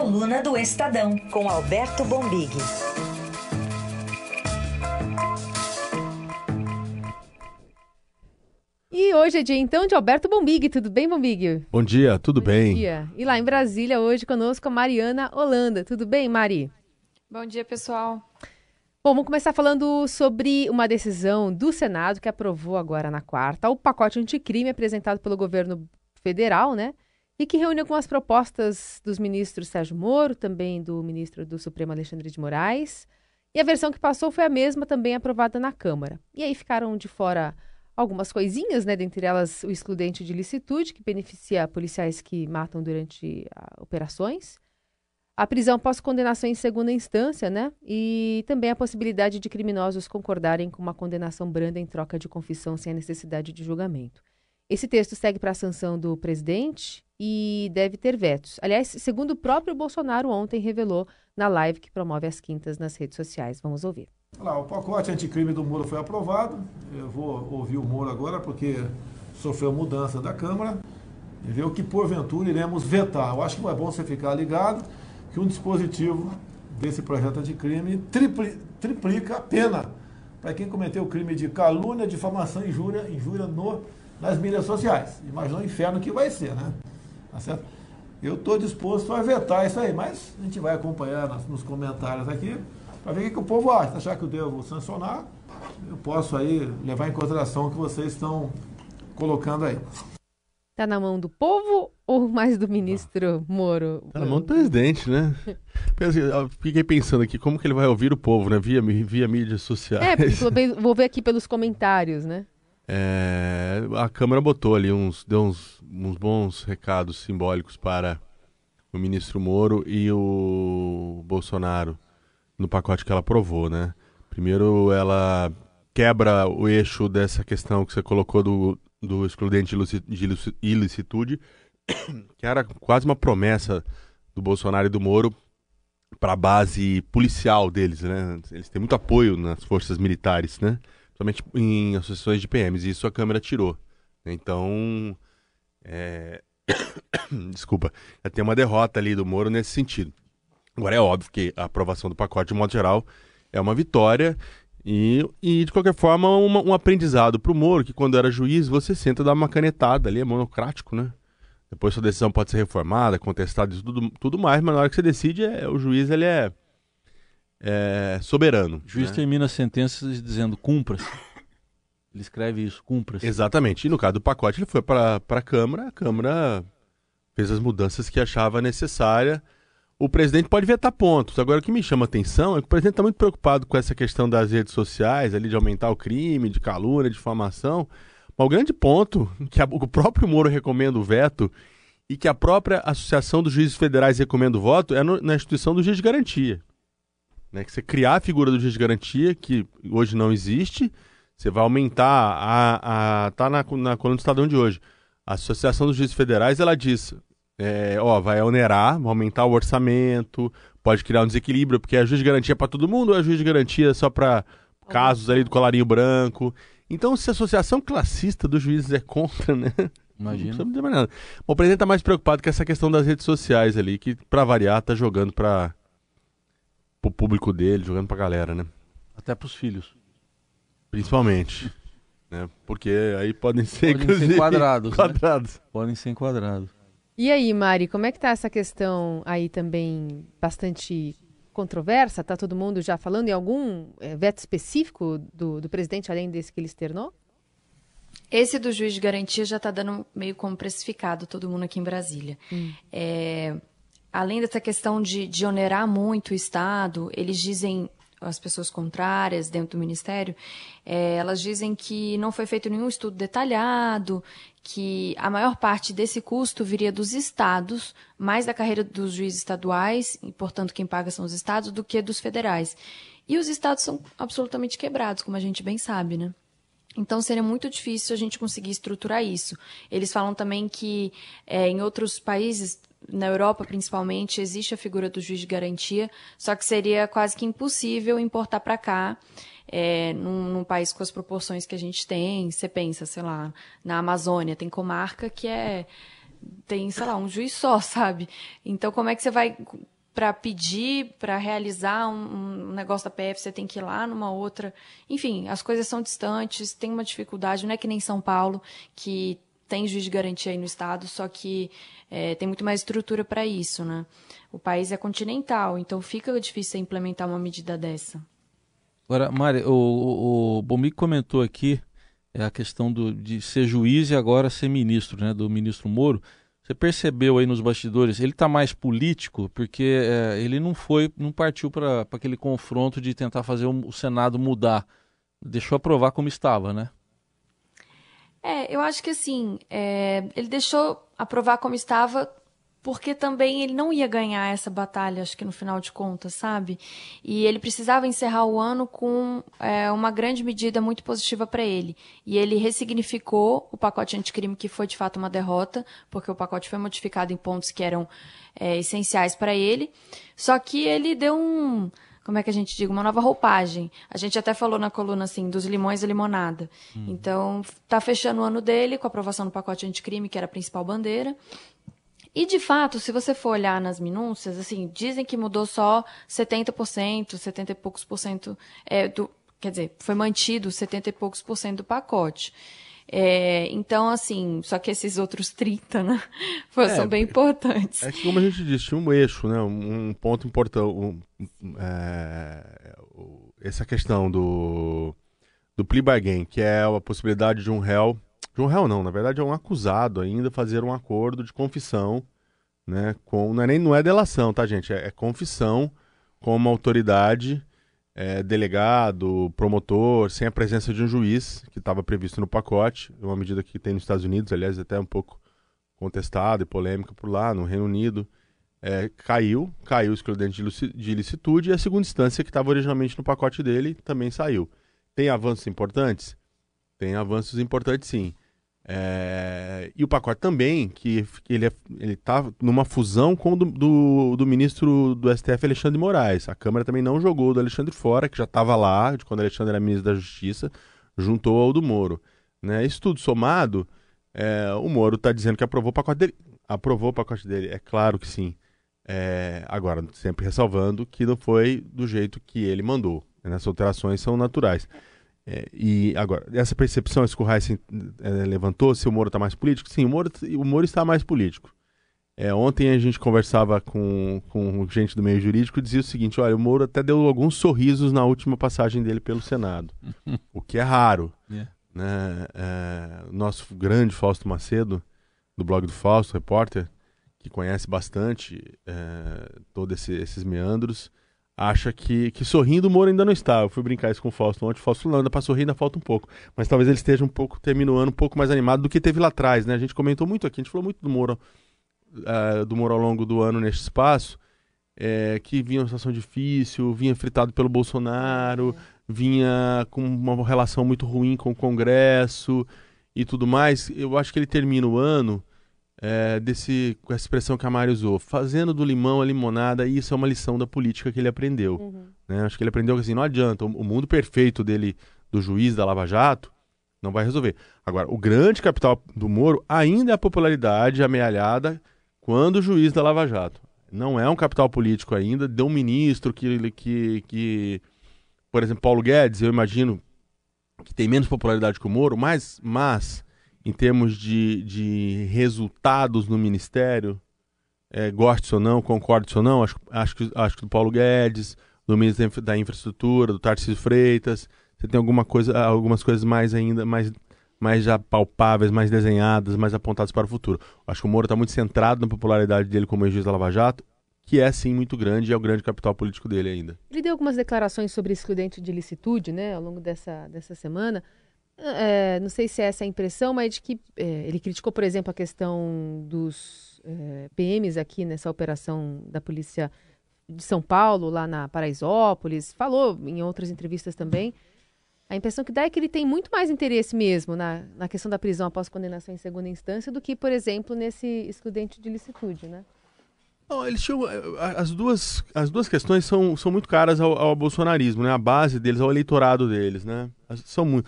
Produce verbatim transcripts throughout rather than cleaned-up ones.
Coluna do Estadão, com Alberto Bombig. E hoje é dia, então, de Alberto Bombig. Tudo bem, Bombig? Bom dia, tudo Bom bem? Dia. E lá em Brasília, hoje conosco a Mariana Holanda. Tudo bem, Mari? Bom dia, pessoal. Bom, vamos começar falando sobre uma decisão do Senado que aprovou agora na quarta o pacote anticrime apresentado pelo governo federal, né? E que reúne algumas propostas dos ministros Sérgio Moro, também do ministro do Supremo Alexandre de Moraes. E a versão que passou foi a mesma, também aprovada na Câmara. E aí ficaram de fora algumas coisinhas, né? Dentre elas o excludente de licitude, que beneficia policiais que matam durante a, operações. A prisão pós-condenação em segunda instância, né? E também a possibilidade de criminosos concordarem com uma condenação branda em troca de confissão sem a necessidade de julgamento. Esse texto segue para a sanção do presidente e deve ter vetos. Aliás, segundo o próprio Bolsonaro ontem revelou na live que promove às quintas nas redes sociais. Vamos ouvir. Olá, o pacote anticrime do Moro foi aprovado. Eu vou ouvir o Moro agora porque sofreu mudança da Câmara e ver o que porventura iremos vetar. Eu acho que não é bom você ficar ligado que um dispositivo desse projeto anticrime tripli, triplica a pena para quem cometeu o crime de calúnia, difamação e injúria, injúria no, nas mídias sociais. Imagina o inferno que vai ser, né? Tá certo? Eu estou disposto a vetar isso aí, mas a gente vai acompanhar nas, nos comentários aqui para ver o que, que o povo acha. Se achar que eu devo sancionar, eu posso aí levar em consideração o que vocês estão colocando aí. Está na mão do povo ou mais do ministro Moro? Está na mão do presidente, né? Eu fiquei pensando aqui, como que ele vai ouvir o povo, né? Via, via mídias sociais. É, porque vou ver aqui pelos comentários, né? É, a Câmara botou ali uns, deu uns, uns bons recados simbólicos para o ministro Moro e o Bolsonaro no pacote que ela aprovou, né? Primeiro, ela quebra o eixo dessa questão que você colocou do, do excludente de ilicitude, que era quase uma promessa do Bolsonaro e do Moro para a base policial deles, né? Eles têm muito apoio nas forças militares, né? Principalmente em associações de P Ms, e isso a Câmara tirou. Então, é... desculpa, já tem uma derrota ali do Moro nesse sentido. Agora é óbvio que a aprovação do pacote, de modo geral, é uma vitória e, e de qualquer forma, uma, um aprendizado para o Moro, que quando era juiz, você senta e dá uma canetada ali, é monocrático, né? Depois sua decisão pode ser reformada, contestada e tudo, tudo mais, mas na hora que você decide, é, o juiz ele é, é soberano. O juiz né? termina a sentença dizendo cumpra-se. Ele escreve isso, cumpra-se. Exatamente. E no caso do pacote, ele foi para a Câmara, a Câmara fez as mudanças que achava necessária. O presidente pode vetar pontos. Agora, o que me chama a atenção é que o presidente está muito preocupado com essa questão das redes sociais, ali de aumentar o crime, de calúnia, de difamação. Mas o grande ponto, que a, o próprio Moro recomenda o veto e que a própria Associação dos Juízes Federais recomenda o voto, é no, na instituição do juiz de garantia. Né? Que você criar a figura do juiz de garantia, que hoje não existe, você vai aumentar, a, a, tá na, na coluna do Estadão de hoje. A Associação dos Juízes Federais, ela diz... É, ó, vai onerar, vai aumentar o orçamento, pode criar um desequilíbrio, porque é juiz de garantia para todo mundo ou é juiz de garantia só para casos ali do colarinho branco. Então, se a associação classista dos juízes é contra, né? Imagina. Não precisa mais nada. O presidente está mais preocupado com essa questão das redes sociais ali, que, para variar, tá jogando para o público dele, jogando para a galera, né? Até para os filhos. Principalmente. né? Porque aí podem ser, podem inclusive, ser quadrados. quadrados. Né? Podem ser enquadrados. E aí, Mari, como é que tá essa questão aí também bastante controversa? Tá todo mundo já falando em algum é, veto específico do, do presidente, além desse que ele externou? Esse do juiz de garantia já está dando meio como precificado todo mundo aqui em Brasília. Hum. É, além dessa questão de, de onerar muito o Estado, eles dizem, as pessoas contrárias dentro do Ministério, é, elas dizem que não foi feito nenhum estudo detalhado, que a maior parte desse custo viria dos estados, mais da carreira dos juízes estaduais, e, portanto, quem paga são os estados, do que dos federais. E os estados são absolutamente quebrados, como a gente bem sabe, né? Então, seria muito difícil a gente conseguir estruturar isso. Eles falam também que é, em outros países, na Europa principalmente, existe a figura do juiz de garantia, só que seria quase que impossível importar para cá, é, num, num país com as proporções que a gente tem. Você pensa, sei lá, na Amazônia, tem comarca que é... tem, sei lá, um juiz só, sabe? Então, como é que você vai para pedir, para realizar um, um negócio da P F, você tem que ir lá numa outra. Enfim, as coisas são distantes, tem uma dificuldade, não é que nem São Paulo, que tem juiz de garantia aí no estado, só que é, tem muito mais estrutura para isso, né? O país é continental, então fica difícil implementar uma medida dessa. Agora, Mari, o, o, o Bombic comentou aqui é, a questão do, de ser juiz e agora ser ministro, né, do ministro Moro. Você percebeu aí nos bastidores, ele está mais político porque é, ele não foi, não partiu para aquele confronto de tentar fazer o, o Senado mudar. Deixou aprovar como estava, né? É, eu acho que assim, é, ele deixou aprovar como estava porque também ele não ia ganhar essa batalha, acho que no final de contas, sabe? E ele precisava encerrar o ano com é, uma grande medida muito positiva para ele. E ele ressignificou o pacote anticrime, que foi de fato uma derrota, porque o pacote foi modificado em pontos que eram é, essenciais para ele. Só que ele deu um... como é que a gente diz, uma nova roupagem. A gente até falou na coluna, assim, dos limões e limonada. Hum. Então, tá fechando o ano dele com a aprovação do pacote anticrime, que era a principal bandeira. E, de fato, se você for olhar nas minúcias, assim, dizem que mudou só setenta por cento, setenta e poucos por cento, é, do, quer dizer, foi mantido setenta e poucos por cento do pacote. É, então, assim, só que esses outros trinta, né, é, são bem importantes. É que, como a gente disse, tinha um eixo, né, um ponto importante, um, é, essa questão do, do plea bargain, que é a possibilidade de um réu, de um réu não, na verdade é um acusado ainda fazer um acordo de confissão, né, com, não é nem não é delação, tá, gente, é, é confissão com uma autoridade, É, delegado, promotor, sem a presença de um juiz, que estava previsto no pacote, uma medida que tem nos Estados Unidos, aliás, até um pouco contestada e polêmica por lá, no Reino Unido, é, caiu, caiu o excludente de ilicitude, e a segunda instância, que estava originalmente no pacote dele, também saiu. Tem avanços importantes? Tem avanços importantes, sim. É, e o pacote também, que, que ele está numa fusão com o do, do, do ministro do S T F, Alexandre de Moraes. A Câmara também não jogou o do Alexandre fora, que já estava lá, de quando o Alexandre era ministro da Justiça, juntou ao do Moro. Né? Isso tudo somado, é, o Moro está dizendo que aprovou o pacote dele. Aprovou o pacote dele, é claro que sim. É, agora, sempre ressalvando que não foi do jeito que ele mandou. Né? As alterações são naturais. É, e agora, essa percepção, esse que o Heisen é, levantou, se o Moro está mais político, sim, o Moro, o Moro está mais político. É, ontem a gente conversava com, com gente do meio jurídico e dizia o seguinte, olha, o Moro até deu alguns sorrisos na última passagem dele pelo Senado, o que é raro. Yeah. Né? É, o nosso grande Fausto Macedo, do blog do Fausto, repórter, que conhece bastante é, todos esse, esses meandros, acha que, que sorrindo o Moro ainda não está. Eu fui brincar isso com o Fausto ontem. O Fausto não, ainda para sorrir ainda falta um pouco. Mas talvez ele esteja um pouco, terminando o ano um pouco mais animado do que teve lá atrás, né? A gente comentou muito aqui, a gente falou muito do Moro, uh, do Moro ao longo do ano neste espaço, é, que vinha uma situação difícil, vinha fritado pelo Bolsonaro, vinha com uma relação muito ruim com o Congresso e tudo mais. Eu acho que ele termina o ano É, desse, com essa expressão que a Mari usou, fazendo do limão a limonada, e isso é uma lição da política que ele aprendeu. Uhum. Né? Acho que ele aprendeu que assim, não adianta, o, o mundo perfeito dele, do juiz da Lava Jato, não vai resolver. Agora, o grande capital do Moro ainda é a popularidade amealhada quando o juiz da Lava Jato. Não é um capital político ainda, de um ministro que, que, que, por exemplo, Paulo Guedes, eu imagino que tem menos popularidade que o Moro, mas... mas em termos de, de resultados no Ministério, é, goste ou não, concorde ou não, acho, acho, que, acho que do Paulo Guedes, do ministro da Infraestrutura, do Tarcísio Freitas, você tem alguma coisa, algumas coisas mais ainda, mais, mais já palpáveis, mais desenhadas, mais apontadas para o futuro. Acho que o Moro está muito centrado na popularidade dele como juiz da Lava Jato, que é sim muito grande e é o grande capital político dele ainda. Ele deu algumas declarações sobre excludente de ilicitude, né, ao longo dessa, dessa semana. É, não sei se é essa a impressão, mas de que é, ele criticou, por exemplo, a questão dos é, P Ms aqui nessa operação da Polícia de São Paulo, lá na Paraisópolis, falou em outras entrevistas também. A impressão que dá é que ele tem muito mais interesse mesmo na, na questão da prisão após condenação em segunda instância do que, por exemplo, nesse excludente de ilicitude, né? Não, eles tinham, as, duas, as duas questões são, são muito caras ao, ao bolsonarismo, né? A base deles, ao eleitorado deles, né? São muito,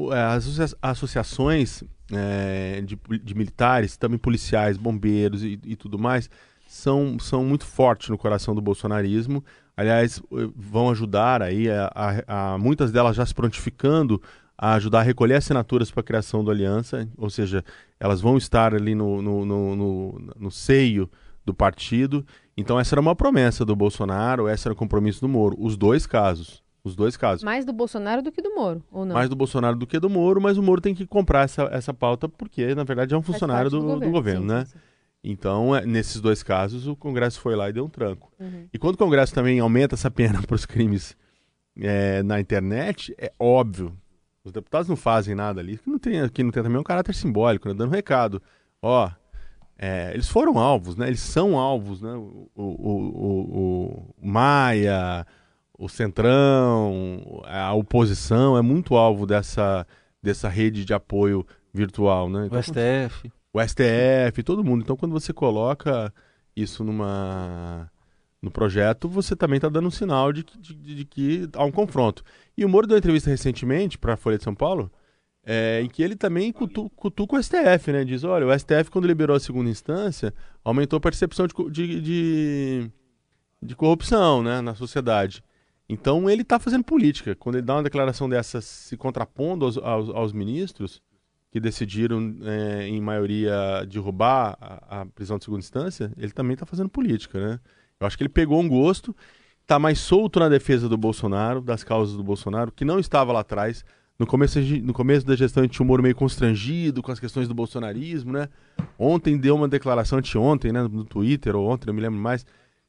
as associações é, de, de militares, também policiais, bombeiros e, e tudo mais, são, são muito fortes no coração do bolsonarismo. Aliás, vão ajudar aí, a, a, a, muitas delas já se prontificando a ajudar a recolher assinaturas para a criação do Aliança, ou seja, elas vão estar ali no, no, no, no, no seio do partido. Então essa era uma promessa do Bolsonaro, esse era o compromisso do Moro. Os dois casos, os dois casos. Mais do Bolsonaro do que do Moro, ou não? Mais do Bolsonaro do que do Moro, mas o Moro tem que comprar essa, essa pauta porque, na verdade, é um funcionário do, do governo, do governo sim, né? Sim, sim. Então, é, nesses dois casos, o Congresso foi lá e deu um tranco. Uhum. E quando o Congresso também aumenta essa pena para os crimes é, na internet, é óbvio, os deputados não fazem nada ali, que não tem, que não tem também um caráter simbólico, né? Dando um recado. Ó, é, eles foram alvos, né? Eles são alvos, né? O, o, o, o Maia, o Centrão, a oposição é muito alvo dessa, dessa rede de apoio virtual, né? Então, o S T F. O S T F, todo mundo. Então, quando você coloca isso numa, no projeto, você também está dando um sinal de que, de, de que há um confronto. E o Moro deu uma entrevista recentemente para a Folha de São Paulo, é, em que ele também cutu, cutuca o S T F, né? Diz, olha, o S T F, quando liberou a segunda instância, aumentou a percepção de, de, de, de corrupção, né, na sociedade. Então, ele está fazendo política. Quando ele dá uma declaração dessa se contrapondo aos, aos, aos ministros, que decidiram, é, em maioria, derrubar a, a prisão de segunda instância, ele também está fazendo política, né? Eu acho que ele pegou um gosto, está mais solto na defesa do Bolsonaro, das causas do Bolsonaro, que não estava lá atrás. No começo, no começo da gestão, a gente tinha um Moro meio constrangido com as questões do bolsonarismo, né? Ontem deu uma declaração, anteontem, né, no Twitter, ou ontem, não me lembro mais,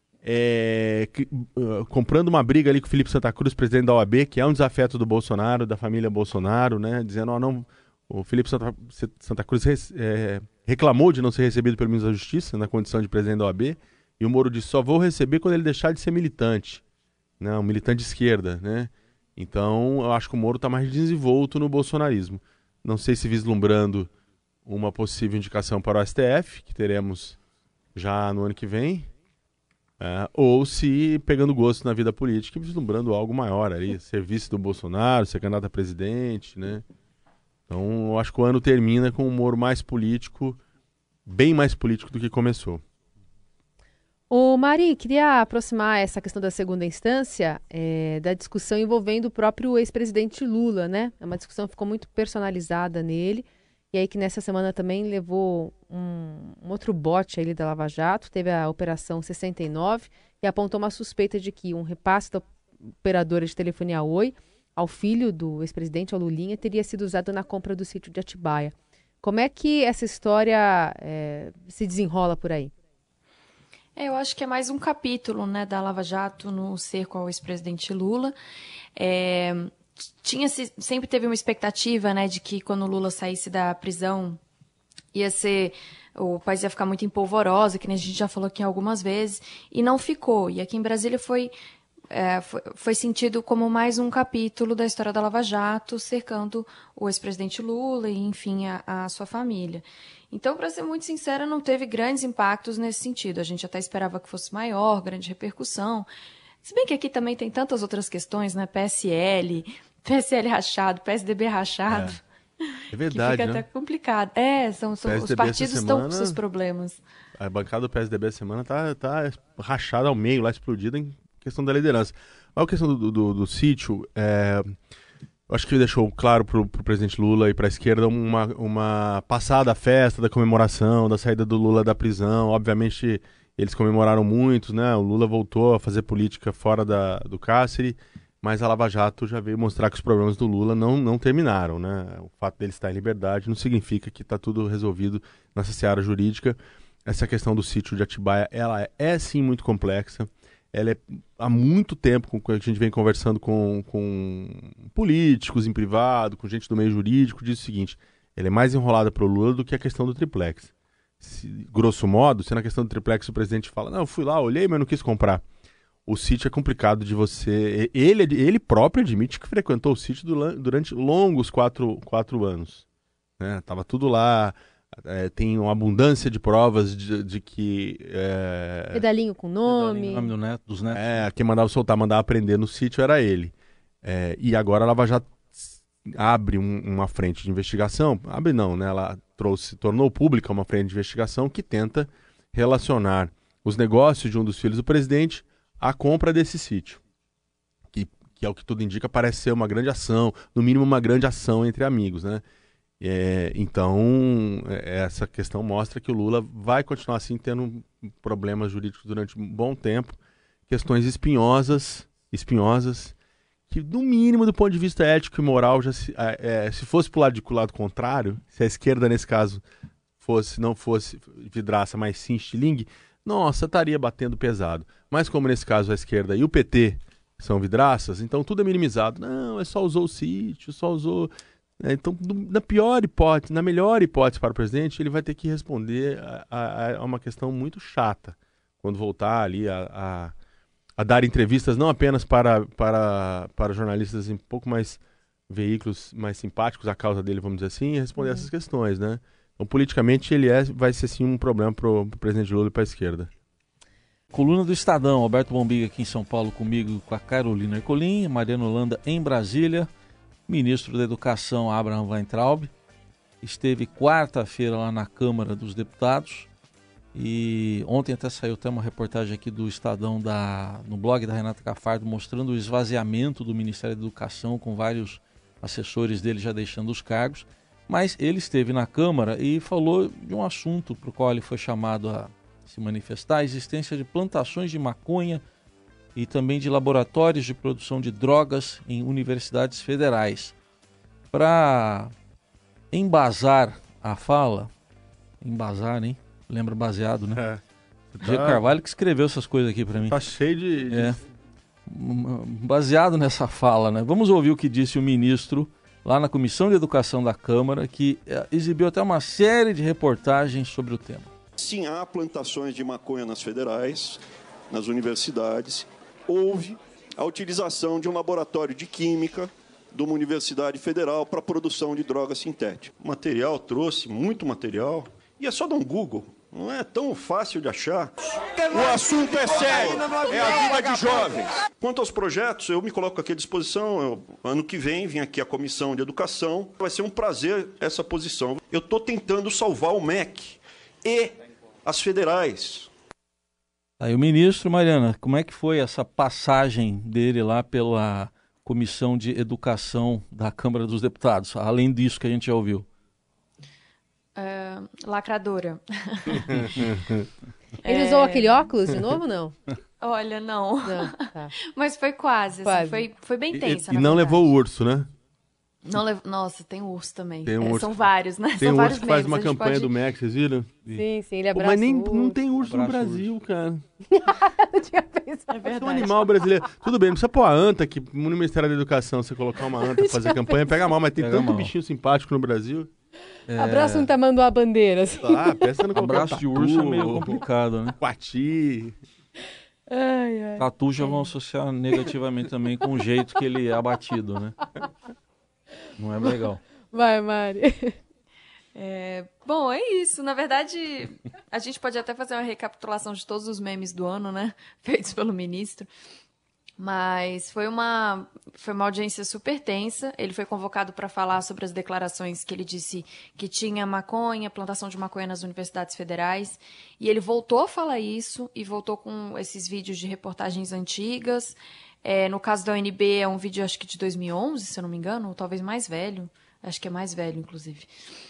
é, que, uh, comprando uma briga ali com o Felipe Santa Cruz, presidente da O A B, que é um desafeto do Bolsonaro, da família Bolsonaro, né? Dizendo, ó, oh, não... O Felipe Santa, Santa Cruz é, reclamou de não ser recebido pelo ministro da Justiça na condição de presidente da O A B, e o Moro disse, só vou receber quando ele deixar de ser militante, né, um militante de esquerda, né? Então, eu acho que o Moro está mais desenvolto no bolsonarismo. Não sei se vislumbrando uma possível indicação para o S T F, que teremos já no ano que vem, é, ou se pegando gosto na vida política e vislumbrando algo maior ali, serviço do Bolsonaro, ser candidato a presidente, né? Então, eu acho que o ano termina com um Moro mais político, bem mais político do que começou. Ô Mari, queria aproximar essa questão da segunda instância é, da discussão envolvendo o próprio ex-presidente Lula, né? É uma discussão que ficou muito personalizada nele, e aí que nessa semana também levou um, um outro bote aí da Lava Jato, teve a Operação sessenta e nove, e apontou uma suspeita de que um repasse da operadora de telefonia Oi ao filho do ex-presidente, ao Lulinha, teria sido usado na compra do sítio de Atibaia. Como é que essa história é, se desenrola por aí? É, eu acho que é mais um capítulo, né, da Lava Jato no cerco ao ex-presidente Lula. É, tinha, sempre teve uma expectativa, né, de que quando o Lula saísse da prisão ia ser... o país ia ficar muito empolvoroso, que a gente já falou aqui algumas vezes, e não ficou. E aqui em Brasília foi... É, foi, foi sentido como mais um capítulo da história da Lava Jato, cercando o ex-presidente Lula e, enfim, a, a sua família. Então, para ser muito sincera, não teve grandes impactos nesse sentido. A gente até esperava que fosse maior, grande repercussão. Se bem que aqui também tem tantas outras questões, né? P S L, P S L rachado, P S D B rachado. É, é verdade, que fica né? até complicado. É, são, são, os partidos semana, estão com seus problemas. A bancada do P S D B essa semana tá, tá rachada ao meio, lá explodida em questão da liderança. A questão do, do, do sítio, é, eu acho que deixou claro para o presidente Lula e para a esquerda uma, uma passada a festa da comemoração, da saída do Lula da prisão. Obviamente, eles comemoraram muito, né? O Lula voltou a fazer política fora da, do cárcere, mas a Lava Jato já veio mostrar que os problemas do Lula não, não terminaram, né? O fato dele estar em liberdade não significa que está tudo resolvido nessa seara jurídica. Essa questão do sítio de Atibaia, ela é, é sim muito complexa. Ela é, há muito tempo, com, a gente vem conversando com, com políticos em privado, com gente do meio jurídico, diz o seguinte, ela é mais enrolada para o Lula do que a questão do triplex. Se, grosso modo, se na questão do triplex o presidente fala, não, eu fui lá, olhei, mas não quis comprar. O sítio é complicado de você... Ele, ele próprio admite que frequentou o sítio durante longos quatro, quatro anos. Né? Tava tudo lá... É, tem uma abundância de provas de, de que... É... Pedalinho com nome. Nome do neto, dos netos. É, quem mandava soltar, mandava prender no sítio era ele. É, e agora a Lava Jato abre um, uma frente de investigação. Abre não, né? Ela trouxe, tornou pública uma frente de investigação que tenta relacionar os negócios de um dos filhos do presidente a compra desse sítio. Que, que é o que tudo indica, parece ser uma grande ação, no mínimo uma grande ação entre amigos, né? É, então, essa questão mostra que o Lula vai continuar assim tendo problemas jurídicos durante um bom tempo, questões espinhosas, espinhosas, que no mínimo do ponto de vista ético e moral, já se, é, se fosse pro lado, de, pro lado contrário, se a esquerda nesse caso fosse, não fosse vidraça, mas sim estilingue, nossa, estaria batendo pesado. Mas como nesse caso a esquerda e o P T são vidraças, então tudo é minimizado. Não, é só usou o sítio, só usou... É, então, na pior hipótese, na melhor hipótese para o presidente, ele vai ter que responder a, a, a uma questão muito chata quando voltar ali a, a, a dar entrevistas, não apenas para, para, para jornalistas um pouco mais veículos mais simpáticos à causa dele, vamos dizer assim, e responder Uhum. essas questões, né? Então, politicamente, ele é, vai ser sim um problema para o presidente Lula e para a esquerda. Coluna do Estadão, Alberto Bombig aqui em São Paulo comigo, com a Carolina Ercolim, Mariana Holanda em Brasília. Ministro da Educação, Abraham Weintraub, esteve quarta-feira lá na Câmara dos Deputados e ontem até saiu até uma reportagem aqui do Estadão da, no blog da Renata Cafardo mostrando o esvaziamento do Ministério da Educação com vários assessores dele já deixando os cargos, mas ele esteve na Câmara e falou de um assunto para o qual ele foi chamado a se manifestar, a existência de plantações de maconha e também de laboratórios de produção de drogas em universidades federais. Para embasar a fala, embasar, hein? Lembra baseado, né? É. Diego Carvalho que escreveu essas coisas aqui para mim. Tá cheio de... de... É. Baseado nessa fala, né? Vamos ouvir o que disse o ministro lá na Comissão de Educação da Câmara, que exibiu até uma série de reportagens sobre o tema. Sim, há plantações de maconha nas federais, nas universidades. Houve a utilização de um laboratório de química de uma universidade federal para a produção de drogas sintéticas. O material trouxe muito material e é só dar um Google, não é tão fácil de achar. O assunto é sério, é a vida de jovens. Quanto aos projetos, eu me coloco aqui à disposição. Eu, ano que vem, vim aqui à Comissão de Educação. Vai ser um prazer essa posição. Eu estou tentando salvar o M E C e as federais. Aí o ministro, Mariana, como é que foi essa passagem dele lá pela Comissão de Educação da Câmara dos Deputados, além disso que a gente já ouviu? Uh, lacradora. Ele É... usou aquele óculos de novo, não? Olha, não. Não, tá. Mas foi quase, Quase. Assim, foi, foi bem tensa, E, e na não verdade. levou o urso, né? Não lev... Nossa, tem urso também. Tem um É, urso. São vários, né? Tem São um vários urso que faz memes, uma a gente campanha pode... do M E C, vocês viram? Sim, sim, ele Pô, abraça mas nem, o urso. não tem urso no Abraça o Brasil, cara. Não tinha pensado. É É um verdade. animal brasileiro. Tudo bem, não precisa pôr a anta, que no Ministério da Educação, você colocar uma anta pra fazer campanha, pega mal, mas tem Pega tanto mal. bichinho simpático no Brasil. Abraça um tamanduá bandeira. Assim. Ah, pensa no qualquer Abraço de tatu, urso é meio complicado, né? Coati. Ai, ai. Tatu já vão associar negativamente também com o jeito que ele é abatido, né? Não é legal. Vai, Mari. É, bom, é isso. Na verdade, a gente pode até fazer uma recapitulação de todos os memes do ano, né? Feitos pelo ministro. Mas foi uma, foi uma audiência super tensa. Ele foi convocado para falar sobre as declarações que ele disse que tinha maconha, plantação de maconha nas universidades federais. E ele voltou a falar isso e voltou com esses vídeos de reportagens antigas. É, no caso da U N B, é um vídeo, acho que de dois mil e onze, se eu não me engano, ou talvez mais velho. Acho que é mais velho, inclusive.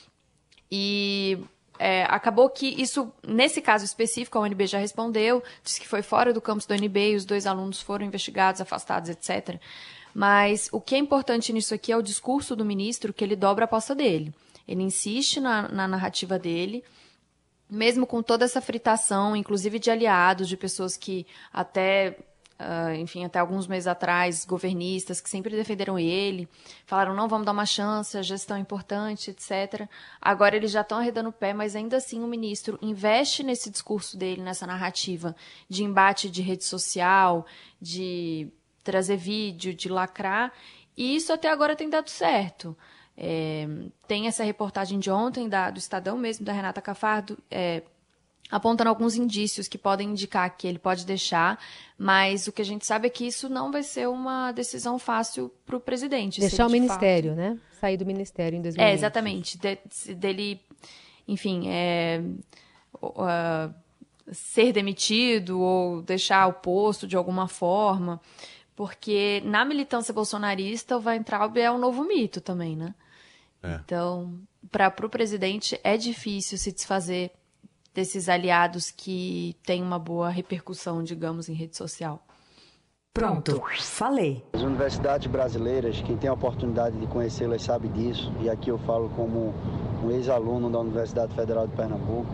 E é, acabou que isso, nesse caso específico, a U N B já respondeu, disse que foi fora do campus da U N B e os dois alunos foram investigados, afastados, etcétera. Mas o que é importante nisso aqui é o discurso do ministro, que ele dobra a aposta dele. Ele insiste na, na narrativa dele, mesmo com toda essa fritação, inclusive de aliados, de pessoas que até... Uh, enfim, até alguns meses atrás, governistas que sempre defenderam ele, falaram, não, vamos dar uma chance, a gestão é importante, etcétera. Agora eles já estão arredando o pé, mas ainda assim o ministro investe nesse discurso dele, nessa narrativa de embate de rede social, de trazer vídeo, de lacrar, e isso até agora tem dado certo. É, tem essa reportagem de ontem, da, do Estadão mesmo, da Renata Cafardo, é, apontando alguns indícios que podem indicar que ele pode deixar, mas o que a gente sabe é que isso não vai ser uma decisão fácil para o presidente. Deixar o de ministério, fato... né? Sair do ministério em dois mil e vinte. É, exatamente. De, dele, enfim, é, uh, ser demitido ou deixar o posto de alguma forma, porque na militância bolsonarista o Weintraub é um novo mito também, né? É. Então, para o presidente é difícil se desfazer desses aliados que têm uma boa repercussão, digamos, em rede social. Pronto, falei. As universidades brasileiras, quem tem a oportunidade de conhecê-las sabe disso, e aqui eu falo como um ex-aluno da Universidade Federal de Pernambuco,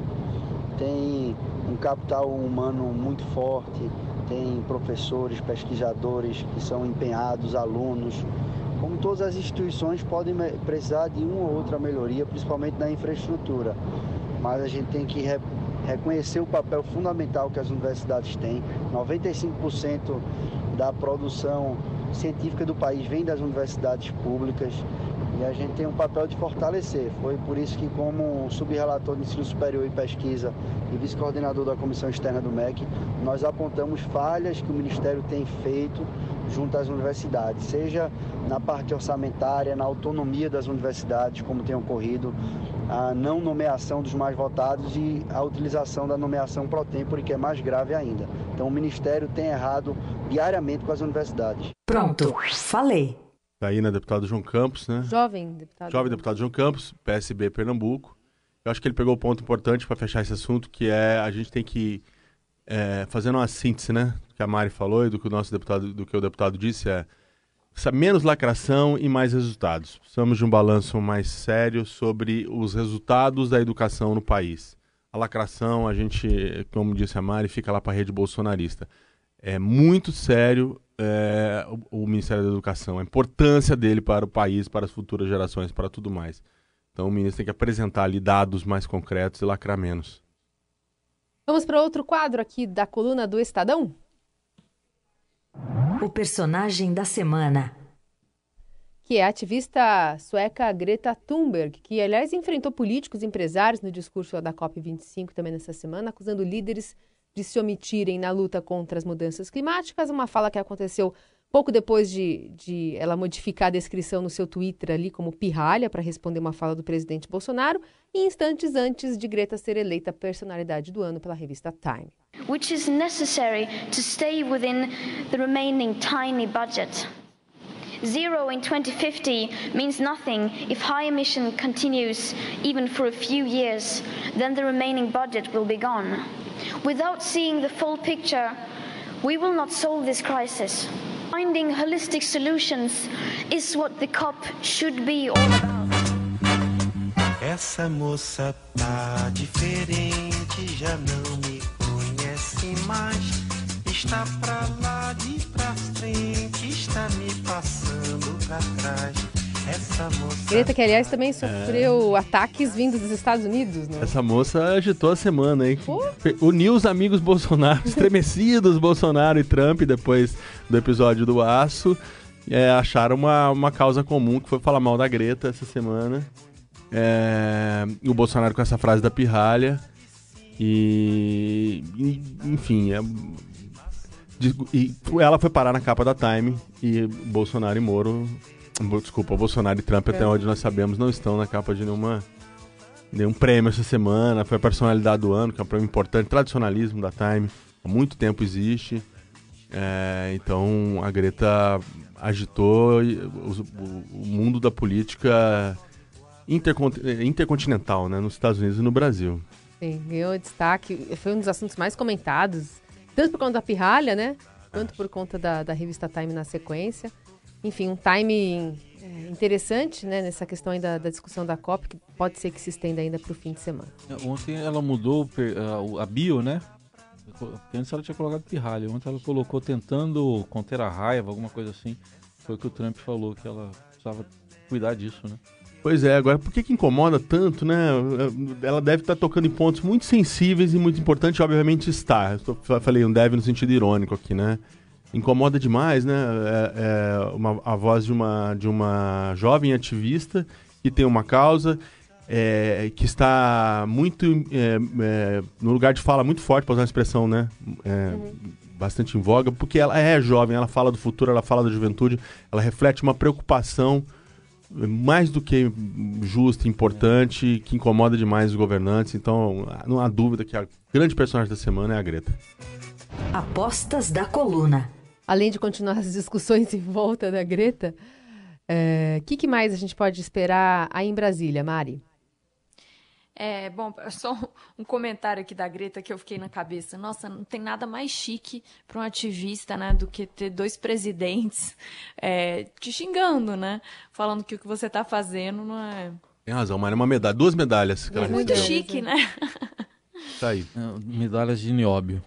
tem um capital humano muito forte, tem professores, pesquisadores que são empenhados, alunos. Como todas as instituições podem precisar de uma ou outra melhoria, principalmente na infraestrutura, mas a gente tem que re- reconhecer o papel fundamental que as universidades têm. noventa e cinco por cento da produção científica do país vem das universidades públicas e a gente tem um papel de fortalecer. Foi por isso que, como subrelator de ensino superior e pesquisa e vice-coordenador da Comissão Externa do M E C, nós apontamos falhas que o Ministério tem feito junto às universidades, seja na parte orçamentária, na autonomia das universidades, como tem ocorrido, a não nomeação dos mais votados e a utilização da nomeação pro tempore, que é mais grave ainda. Então o Ministério tem errado diariamente com as universidades. Pronto, falei. Tá aí, né, deputado João Campos, né? Jovem deputado. Jovem deputado João Campos, P S B Pernambuco. Eu acho que ele pegou o ponto importante para fechar esse assunto, que é a gente tem que, é, fazendo uma síntese, né, que a Mari falou e do que o nosso deputado, do que o deputado disse, é menos lacração e mais resultados. Precisamos de um balanço mais sério sobre os resultados da educação no país. A lacração, a gente, como disse a Mari, fica lá para a rede bolsonarista. É muito sério é, o, o Ministério da Educação, a importância dele para o país, para as futuras gerações, para tudo mais. Então o ministro tem que apresentar ali dados mais concretos e lacrar menos. Vamos para outro quadro aqui da coluna do Estadão? O personagem da semana. Que é a ativista sueca Greta Thunberg, que, aliás, enfrentou políticos e empresários no discurso da COP vinte e cinco também nessa semana, acusando líderes de se omitirem na luta contra as mudanças climáticas. Uma fala que aconteceu pouco depois de, de ela modificar a descrição no seu Twitter ali como pirralha para responder uma fala do presidente Bolsonaro, e instantes antes de Greta ser eleita personalidade do ano pela revista Time. Which is necessary to stay within the remaining tiny budget. Zero in twenty fifty means nothing if high emission continues even for a few years, then the remaining budget will be gone. Without seeing the full picture, we will not solve this crisis. Finding holistic solutions is what the COP should be all about. Essa moça tá diferente, já não me conhece mais. Está pra lá de pra frente, está me passando pra trás. Essa moça... Greta, que aliás também sofreu é... ataques vindos dos Estados Unidos, né? Essa moça agitou a semana, hein? Pô? Uniu os amigos Bolsonaro, estremecidos Bolsonaro e Trump, depois do episódio do Aço, é, acharam uma, uma causa comum, que foi falar mal da Greta essa semana. É, o Bolsonaro com essa frase da pirralha. E, e enfim, é, e ela foi parar na capa da Time e Bolsonaro e Moro... Desculpa, Bolsonaro e Trump, é. até onde nós sabemos, não estão na capa de nenhuma, nenhum prêmio essa semana. Foi a personalidade do ano, que é um prêmio importante, tradicionalismo da Time, há muito tempo existe. É, então a Greta agitou o, o mundo da política intercont- intercontinental, né, nos Estados Unidos e no Brasil. Sim, ganhou destaque, foi um dos assuntos mais comentados, tanto por conta da pirralha, né, quanto por conta da, da revista Time na sequência. Enfim, um timing é, interessante, né, nessa questão ainda da discussão da COP, que pode ser que se estenda ainda para o fim de semana. Ontem ela mudou a, a bio, né? Antes ela tinha colocado pirralha, ontem ela colocou tentando conter a raiva, alguma coisa assim. Foi o que o Trump falou, que ela precisava cuidar disso, né? Pois é, agora, por que que incomoda tanto, né? Ela deve estar tocando em pontos muito sensíveis e muito importantes, obviamente está. Eu falei um deve no sentido irônico aqui, né? Incomoda demais, né? É, é uma, a voz de uma, de uma jovem ativista que tem uma causa, é, que está muito é, é, no lugar de fala muito forte, para usar uma expressão, né? É, uhum. Bastante em voga, porque ela é jovem, ela fala do futuro, ela fala da juventude, ela reflete uma preocupação mais do que justa, importante, que incomoda demais os governantes. Então, não há dúvida que a grande personagem da semana é a Greta. Apostas da coluna. Além de continuar as discussões em volta da Greta, o é, que, que mais a gente pode esperar aí em Brasília, Mari? É, bom, só um comentário aqui da Greta que eu fiquei na cabeça. Nossa, não tem nada mais chique para um ativista, né, do que ter dois presidentes é, te xingando, né? Falando que o que você está fazendo não é... Tem razão, Mari, é uma medalha, duas medalhas. Que é muito medalhas, chique, né? né? Tá aí. É, medalhas de nióbio.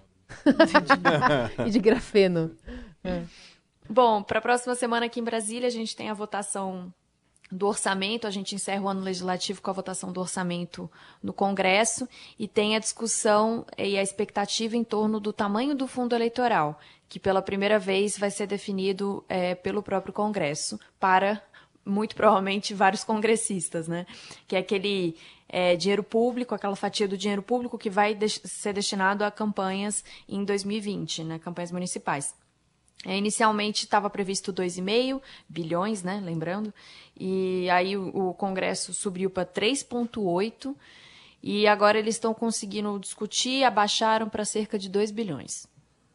E de grafeno. É. Bom, para a próxima semana aqui em Brasília, a gente tem a votação do orçamento, a gente encerra o ano legislativo com a votação do orçamento no Congresso e tem a discussão e a expectativa em torno do tamanho do fundo eleitoral, que pela primeira vez vai ser definido é, pelo próprio Congresso para, muito provavelmente, vários congressistas, né? Que é aquele é, dinheiro público, aquela fatia do dinheiro público que vai de- ser destinado a campanhas em dois mil e vinte, né? Campanhas municipais. É, inicialmente estava previsto dois vírgula cinco bilhões, né, lembrando, e aí o, o Congresso subiu para três vírgula oito e agora eles estão conseguindo discutir, abaixaram para cerca de dois bilhões.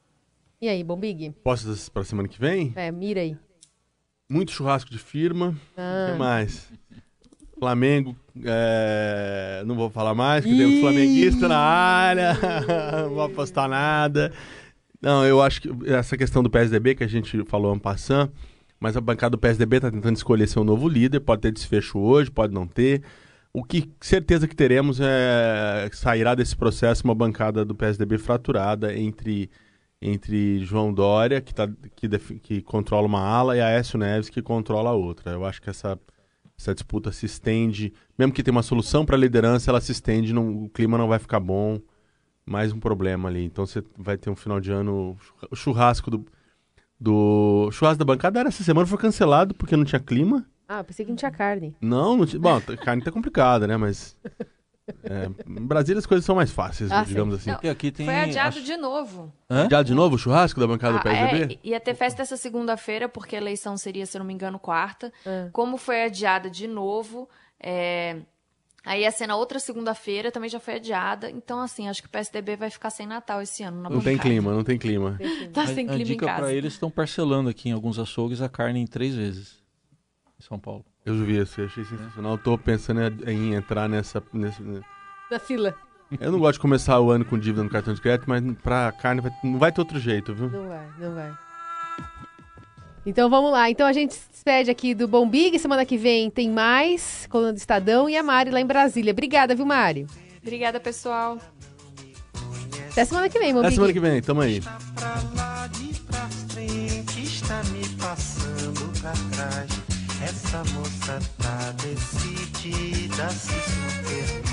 E aí, Bombig? Postas para semana que vem? É, mira aí. Muito churrasco de firma. Ah. O que mais? Flamengo, é... não vou falar mais, porque tem um flamenguista na área, não vou apostar nada. Não, eu acho que essa questão do P S D B, que a gente falou en passant, mas a bancada do P S D B está tentando escolher seu novo líder, pode ter desfecho hoje, pode não ter. O que certeza que teremos é sairá desse processo uma bancada do P S D B fraturada entre, entre João Dória, que, tá, que, def, que controla uma ala, e Aécio Neves, que controla a outra. Eu acho que essa, essa disputa se estende, mesmo que tenha uma solução para a liderança, ela se estende, não, o clima não vai ficar bom. Mais um problema ali. Então você vai ter um final de ano... O churrasco do... do o churrasco da bancada era essa semana, foi cancelado porque não tinha clima. Ah, pensei que não tinha carne. Não, não tinha... Bom, a carne tá complicada, né? Mas... É, em Brasília as coisas são mais fáceis, Ah, digamos sim. assim. Não, E aqui tem, foi adiado acho- de novo. Hã? Já de novo o churrasco da bancada do Ah, P S D B? é, ia ter festa essa segunda-feira, porque a eleição seria, se eu não me engano, quarta. Ah. Como foi adiada de novo, é, aí ia ser na outra segunda-feira, também já foi adiada. Então, assim, acho que o P S D B vai ficar sem Natal esse ano. Na Não tem bancada. clima, não tem clima. Tá A, sem a clima em dica casa. para eles, estão parcelando aqui em alguns açougues a carne em três vezes. Em São Paulo. Eu vi isso, eu achei sensacional. Eu tô pensando em entrar nessa... Nesse... Na fila. Eu não gosto de começar o ano com dívida no cartão de crédito, mas pra carne vai... não vai ter outro jeito, viu? Não vai, não vai. Então vamos lá. Então a gente se despede aqui do Bombig. Semana que vem tem mais, coluna do Estadão e a Mari lá em Brasília. Obrigada, viu, Mari? Obrigada, pessoal. Até semana que vem, Bombig. Até semana que vem, tamo aí. Está pra lá de pra frente, está me passando pra trás. Essa moça tá decidida a se superar.